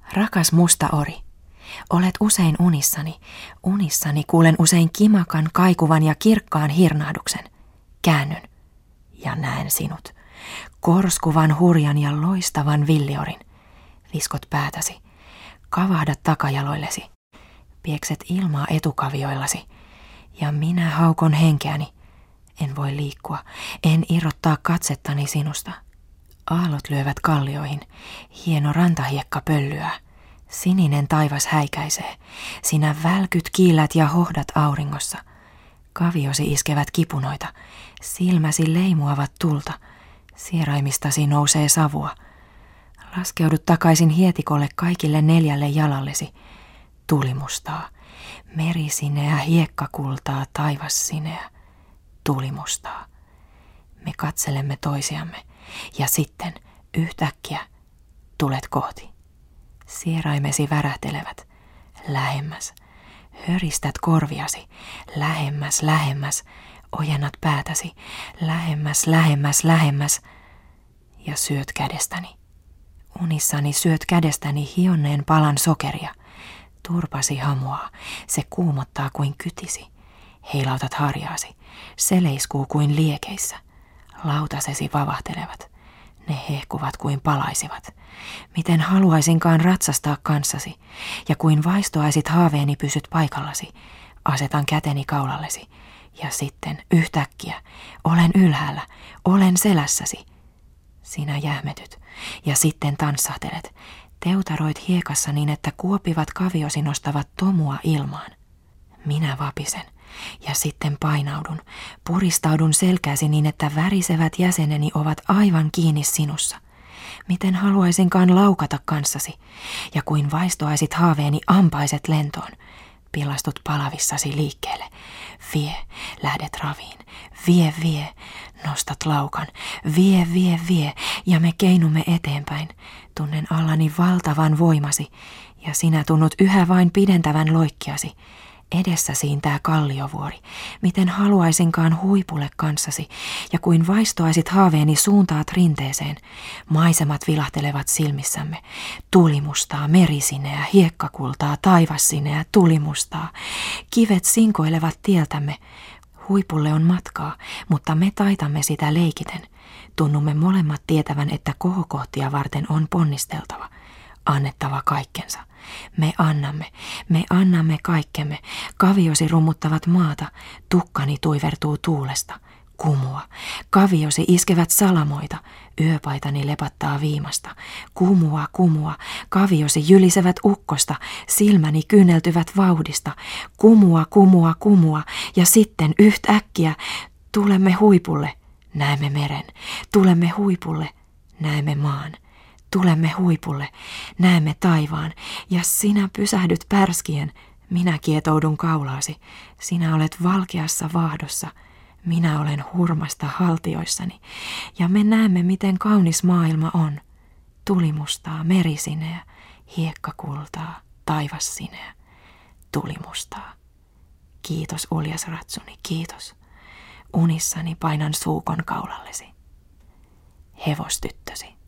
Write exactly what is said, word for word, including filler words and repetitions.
Rakas musta ori, olet usein unissani. Unissani kuulen usein kimakan, kaikuvan ja kirkkaan hirnahduksen. Käännyn ja näen sinut. Korskuvan, hurjan ja loistavan villiorin. Viskot päätäsi. Kavahdat takajaloillesi. Piekset ilmaa etukavioillasi. Ja minä haukon henkeäni. En voi liikkua. En irrottaa katsettani sinusta. Aallot lyövät kallioihin. Hieno rantahiekka pöllyää. Sininen taivas häikäisee. Sinä välkyt, kiillät ja hohdat auringossa. Kaviosi iskevät kipunoita. Silmäsi leimuavat tulta. Sieraimistasi nousee savua. Laskeudut takaisin hietikolle kaikille neljälle jalallesi. Tulimustaa. Merisineä, hiekkakultaa, taivassineä. Tulimustaa. Me katselemme toisiamme. Ja sitten yhtäkkiä tulet kohti. Sieraimesi värähtelevät. Lähemmäs. Höristät korviasi. Lähemmäs, lähemmäs. Ojennat päätäsi. Lähemmäs, lähemmäs, lähemmäs. Ja syöt kädestäni. Unissani syöt kädestäni hionneen palan sokeria. Turpasi hamuaa. Se kuumottaa kuin kytisi. Heilautat harjaasi. Se leiskuu kuin liekeissä. Lautasesi vavahtelevat. Ne hehkuvat kuin palaisivat. Miten haluaisinkaan ratsastaa kanssasi, ja kuin vaistoaisit haaveeni pysyt paikallasi, asetan käteni kaulallesi, ja sitten yhtäkkiä olen ylhäällä, olen selässäsi. Sinä jähmetyt, ja sitten tanssahtelet, teutaroit hiekassa niin, että kuopivat kaviosi nostavat tomua ilmaan. Minä vapisen. Ja sitten painaudun, puristaudun selkääsi niin, että värisevät jäseneni ovat aivan kiinni sinussa. Miten haluaisinkaan laukata kanssasi, ja kuin vaistoaisit haaveeni ampaiset lentoon. Pilastut palavissasi liikkeelle. Vie, lähdet raviin. Vie, vie, nostat laukan. Vie, vie, vie, ja me keinumme eteenpäin. Tunnen allani valtavan voimasi, ja sinä tunnut yhä vain pidentävän loikkiasi. Edessä siintää kalliovuori, miten haluaisinkaan huipulle kanssasi, ja kuin vaistoaisit haaveeni suuntaat rinteeseen, maisemat vilahtelevat silmissämme, tulimustaa, merisineä, hiekkakultaa, taivassineä, tulimustaa, kivet sinkoilevat tieltämme, huipulle on matkaa, mutta me taitamme sitä leikiten, tunnumme molemmat tietävän, että kohokohtia varten on ponnisteltava, annettava kaikkensa. Me annamme, me annamme kaikkemme, kaviosi rummuttavat maata, tukkani tuivertuu tuulesta, kumua, kaviosi iskevät salamoita, yöpaitani lepattaa viimasta, kumua, kumua, kaviosi jylisevät ukkosta, silmäni kyyneltyvät vauhdista, kumua, kumua, kumua, ja sitten yhtäkkiä tulemme huipulle, näemme meren, tulemme huipulle, näemme maan. Tulemme huipulle, näemme taivaan, ja sinä pysähdyt pärskien, minä kietoudun kaulaasi. Sinä olet valkeassa vaahdossa, minä olen hurmasta haltioissani, ja me näemme, miten kaunis maailma on. Tulimustaa, merisineä, hiekkakultaa, taivassineä, tulimustaa. Kiitos, uljas ratsuni, kiitos. Unissani painan suukon kaulallesi. Hevostyttösi.